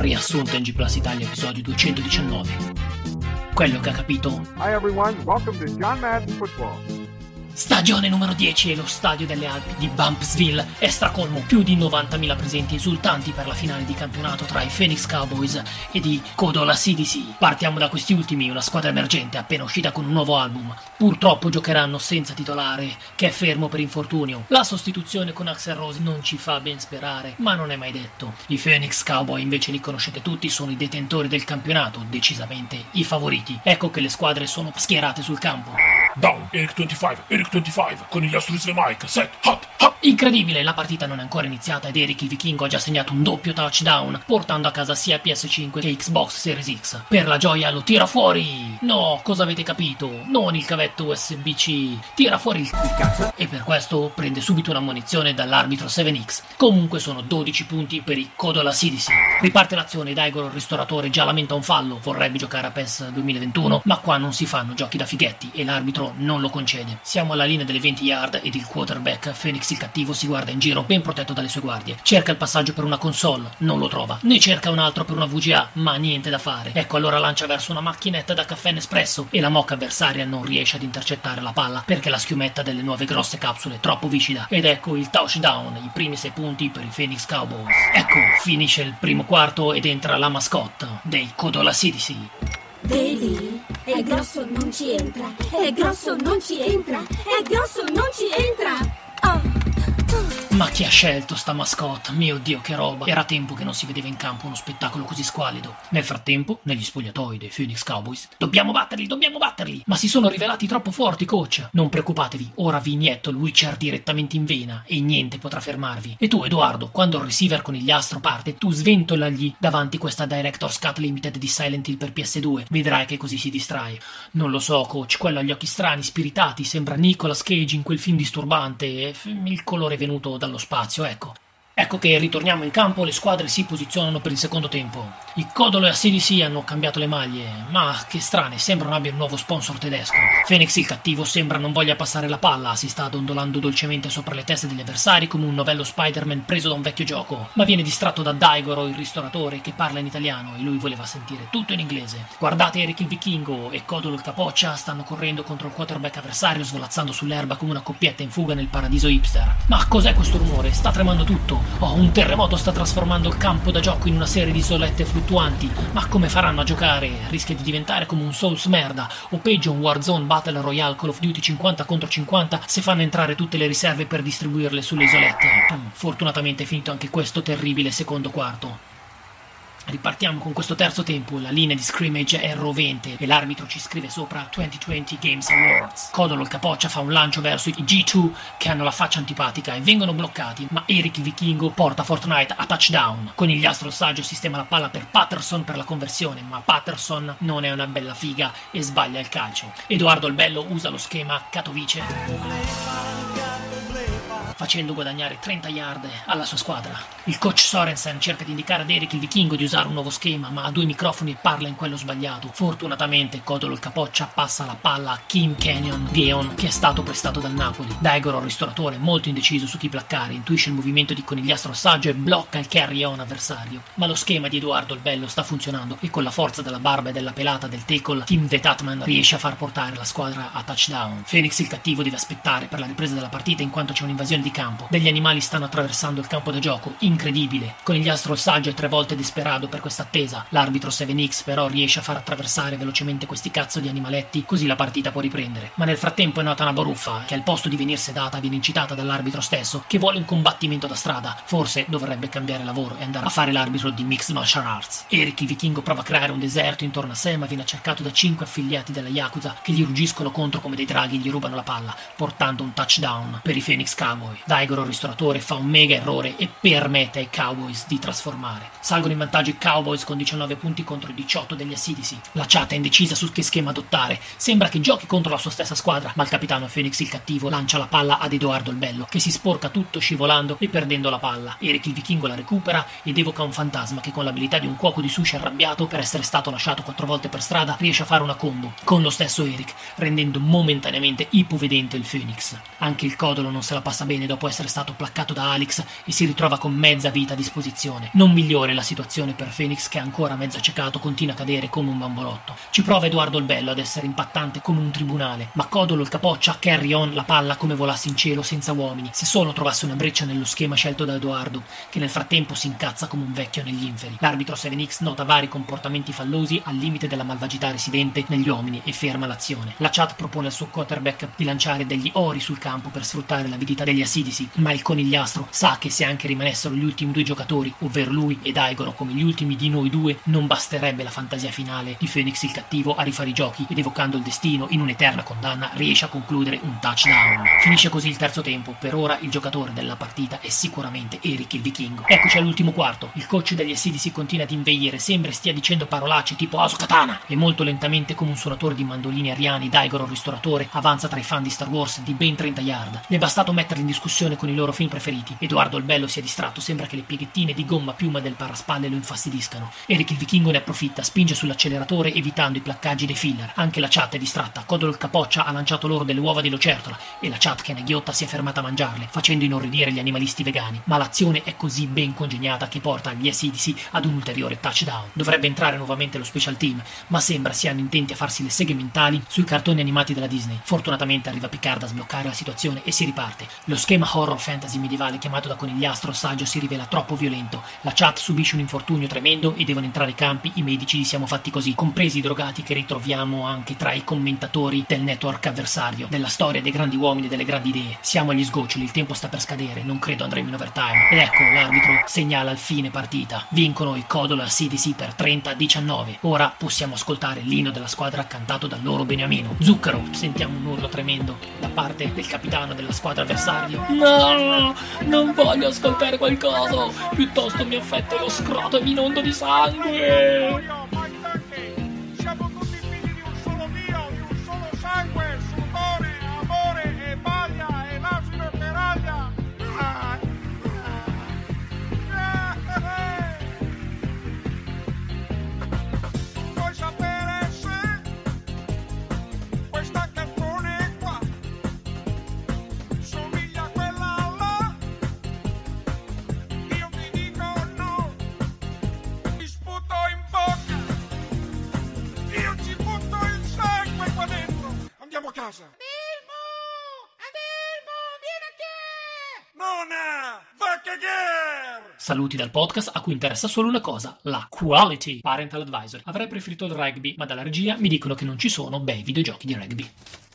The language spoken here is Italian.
riassunto in G Plus Italia episodio 219. Quello che ha capito. Hi everyone, welcome to John Madden Football. Stagione numero 10 e lo stadio delle Alpi di Bumpsville è stracolmo, più di 90.000 presenti esultanti per la finale di campionato tra i Phoenix Cowboys e i Codola CDC. Partiamo da questi ultimi, una squadra emergente appena uscita con un nuovo album. Purtroppo giocheranno senza titolare, che è fermo per infortunio. La sostituzione con Axl Rose non ci fa ben sperare, ma non è mai detto. I Phoenix Cowboys invece li conoscete tutti, sono i detentori del campionato, decisamente i favoriti. Ecco che le squadre sono schierate sul campo. Down, Eric 25, con gli astri sulle mic, set, hot, hot. Incredibile, la partita non è ancora iniziata ed Eric il Vichingo ha già segnato un doppio touchdown, portando a casa sia PS5 che Xbox Series X. Per la gioia lo tira fuori! No, cosa avete capito? Non il cavetto USB-C, tira fuori il cazzo! E per questo prende subito una ammonizione dall'arbitro 7X. Comunque sono 12 punti per i Codola CDC. Riparte l'azione, Daigoro il ristoratore già lamenta un fallo, vorrebbe giocare a PES 2021, ma qua non si fanno giochi da fighetti e l'arbitro non lo concede. Siamo alla linea delle 20 yard ed il quarterback, Phoenix il cattivo, si guarda in giro ben protetto dalle sue guardie. Cerca il passaggio per una console, non lo trova. Ne cerca un altro per una VGA, ma niente da fare. Ecco allora lancia verso una macchinetta da caffè Nespresso e la moca avversaria non riesce ad intercettare la palla perché la schiumetta delle nuove grosse capsule è troppo vicida. Ed ecco il touchdown, i primi 6 punti per i Phoenix Cowboys. Ecco, finisce il primo quarto ed entra la mascotte dei Codola CDC. Vedi? È grosso, non ci entra. È grosso, non ci entra. È grosso, non ci entra. Ma chi ha scelto sta mascotte? Mio Dio, che roba! Era tempo che non si vedeva in campo uno spettacolo così squallido. Nel frattempo, negli spogliatoi dei Phoenix Cowboys, dobbiamo batterli! Ma si sono rivelati troppo forti, coach! Non preoccupatevi, ora vi inietto il Witcher direttamente in vena e niente potrà fermarvi. E tu, Edoardo, quando il receiver con il astro parte, tu sventolagli davanti questa Director's Cut Limited di Silent Hill per PS2. Vedrai che così si distrae. Non lo so, coach, quello agli occhi strani, spiritati, sembra Nicolas Cage in quel film disturbante e il colore è venuto dallo spazio, ecco. Ecco che ritorniamo in campo, le squadre si posizionano per il secondo tempo. I Codolo e la CDC hanno cambiato le maglie, ma che strane, sembrano abbia un nuovo sponsor tedesco. Phoenix il cattivo sembra non voglia passare la palla, si sta dondolando dolcemente sopra le teste degli avversari come un novello Spider-Man preso da un vecchio gioco, ma viene distratto da Daigoro, il ristoratore, che parla in italiano e lui voleva sentire tutto in inglese. Guardate Eric il Vichingo e Codolo il capoccia stanno correndo contro il quarterback avversario svolazzando sull'erba come una coppietta in fuga nel paradiso hipster. Ma cos'è questo rumore? Sta tremando tutto. Oh, un terremoto sta trasformando il campo da gioco in una serie di isolette fluttuanti. Ma come faranno a giocare? Rischia di diventare come un Souls merda, o peggio un Warzone Battle Royale Call of Duty 50 contro 50 se fanno entrare tutte le riserve per distribuirle sulle isolette. Fortunatamente è finito anche questo terribile secondo quarto. Ripartiamo con questo terzo tempo, la linea di scrimmage è rovente e l'arbitro ci scrive sopra 2020 Games Awards. Codolo il capoccia fa un lancio verso i G2 che hanno la faccia antipatica e vengono bloccati, ma Eric il Vichingo porta Fortnite a touchdown. Conigliastro saggio sistema la palla per Patterson per la conversione, ma Patterson non è una bella figa e sbaglia il calcio. Edoardo il Bello usa lo schema Katowice facendo guadagnare 30 yard alla sua squadra. Il coach Sorensen cerca di indicare ad Eric il Vichingo di usare un nuovo schema, ma ha 2 microfoni e parla in quello sbagliato. Fortunatamente Codolo il capoccia passa la palla a Kim Canyon Geon, che è stato prestato dal Napoli. Daigoro il ristoratore, molto indeciso su chi placcare, intuisce il movimento di conigliastro saggio e blocca il carry-on avversario. Ma lo schema di Edoardo il Bello sta funzionando e con la forza della barba e della pelata del tackle, Tim The Tatman riesce a far portare la squadra a touchdown. Phoenix il cattivo deve aspettare per la ripresa della partita in quanto c'è un'invasione di campo. Degli animali stanno attraversando il campo da gioco, incredibile. Conigliastro saggio è 3 volte disperato per questa attesa. L'arbitro 7X però riesce a far attraversare velocemente questi cazzo di animaletti, così la partita può riprendere. Ma nel frattempo è nota una baruffa, che al posto di venir sedata viene incitata dall'arbitro stesso, che vuole un combattimento da strada. Forse dovrebbe cambiare lavoro e andare a fare l'arbitro di Mixed Martial Arts. Eric il Vichingo prova a creare un deserto intorno a sé, ma viene cercato da 5 affiliati della Yakuza che gli ruggiscono contro come dei draghi e gli rubano la palla, portando un touchdown per i Phoenix Cowboys. Daigoro il ristoratore fa un mega errore e permette ai Cowboys di trasformare. Salgono in vantaggio i Cowboys con 19 punti contro i 18 degli CDC. La chat è indecisa su che schema adottare. Sembra che giochi contro la sua stessa squadra, ma il capitano Phoenix il cattivo lancia la palla ad Edoardo il Bello, che si sporca tutto scivolando e perdendo la palla. Eric il Vichingo la recupera ed evoca un fantasma che con l'abilità di un cuoco di sushi arrabbiato per essere stato lasciato 4 volte per strada riesce a fare una combo con lo stesso Eric, rendendo momentaneamente ipovedente il Phoenix. Anche il Codolo non se la passa bene viene dopo essere stato placcato da Alex e si ritrova con mezza vita a disposizione. Non migliore la situazione per Phoenix, che ancora mezzo accecato continua a cadere come un bambolotto. Ci prova Edoardo il Bello ad essere impattante come un tribunale, ma Codolo il capoccia carry on la palla come volasse in cielo senza uomini, se solo trovasse una breccia nello schema scelto da Edoardo, che nel frattempo si incazza come un vecchio negli inferi. L'arbitro 7X nota vari comportamenti fallosi al limite della malvagità residente negli uomini e ferma l'azione. La chat propone al suo quarterback di lanciare degli ori sul campo per sfruttare l'avidità degli Assidisi, ma il conigliastro sa che se anche rimanessero gli ultimi due giocatori, ovvero lui ed Aigoro, come gli ultimi di noi due, non basterebbe la fantasia finale di Phoenix il cattivo a rifare i giochi ed evocando il destino in un'eterna condanna riesce a concludere un touchdown. Finisce così il terzo tempo. Per ora il giocatore della partita è sicuramente Eric il Vichingo. Eccoci all'ultimo quarto. Il coach degli Assidisi continua ad inveire, sembra stia dicendo parolacce tipo Aso Katana, e molto lentamente come un suonatore di mandolini ariani Daigoro il ristoratore avanza tra i fan di Star Wars di ben 30 yard. Ne è bastato metterli in discussione con i loro film preferiti. Edoardo il Bello si è distratto, sembra che le pieghettine di gomma piuma del paraspalle lo infastidiscano. Eric il Vichingo ne approfitta, spinge sull'acceleratore evitando i placcaggi dei filler. Anche la chat è distratta. Codolo il capoccia ha lanciato loro delle uova di lucertola e la chat, che è una ghiotta, si è fermata a mangiarle, facendo inorridire gli animalisti vegani. Ma l'azione è così ben congegnata che porta gli Assidisi ad un ulteriore touchdown. Dovrebbe entrare nuovamente lo special team, ma sembra siano intenti a farsi le seghe mentali sui cartoni animati della Disney. Fortunatamente arriva Picard a sbloccare la situazione e si riparte. Lo schema horror fantasy medievale chiamato da Conigliastro Saggio si rivela troppo violento. La chat subisce un infortunio tremendo e devono entrare i campi i medici di Siamo Fatti Così, compresi i drogati che ritroviamo anche tra i commentatori del network avversario. Della storia dei grandi uomini e delle grandi idee. Siamo agli sgoccioli, il tempo sta per scadere, non credo andremo in overtime. Ed ecco, l'arbitro segnala il fine partita. Vincono i Codolo e CDC per 30-19. Ora possiamo ascoltare l'inno della squadra cantato dal loro beniamino. Zucchero! Sentiamo un urlo tremendo da parte del capitano della squadra avversario. No! Non voglio ascoltare qualcosa! Piuttosto mi affetta lo scroto e mi inondo di sangue! Siamo tutti figli di un solo Dio, di un solo sangue, sudore, amore e baglia e l'asino e peraglia. Vuoi sapere se questa canzone qua somiglia a quella là? Io ti dico no, ti sputo in bocca. Io ci butto il sangue qua dentro! Andiamo a casa! Adelmo! Adelmo, vieni a che! Nonna! Va a cagare! Saluti dal podcast a cui interessa solo una cosa, la quality. Parental advisor. Avrei preferito il rugby, ma dalla regia mi dicono che non ci sono bei videogiochi di rugby.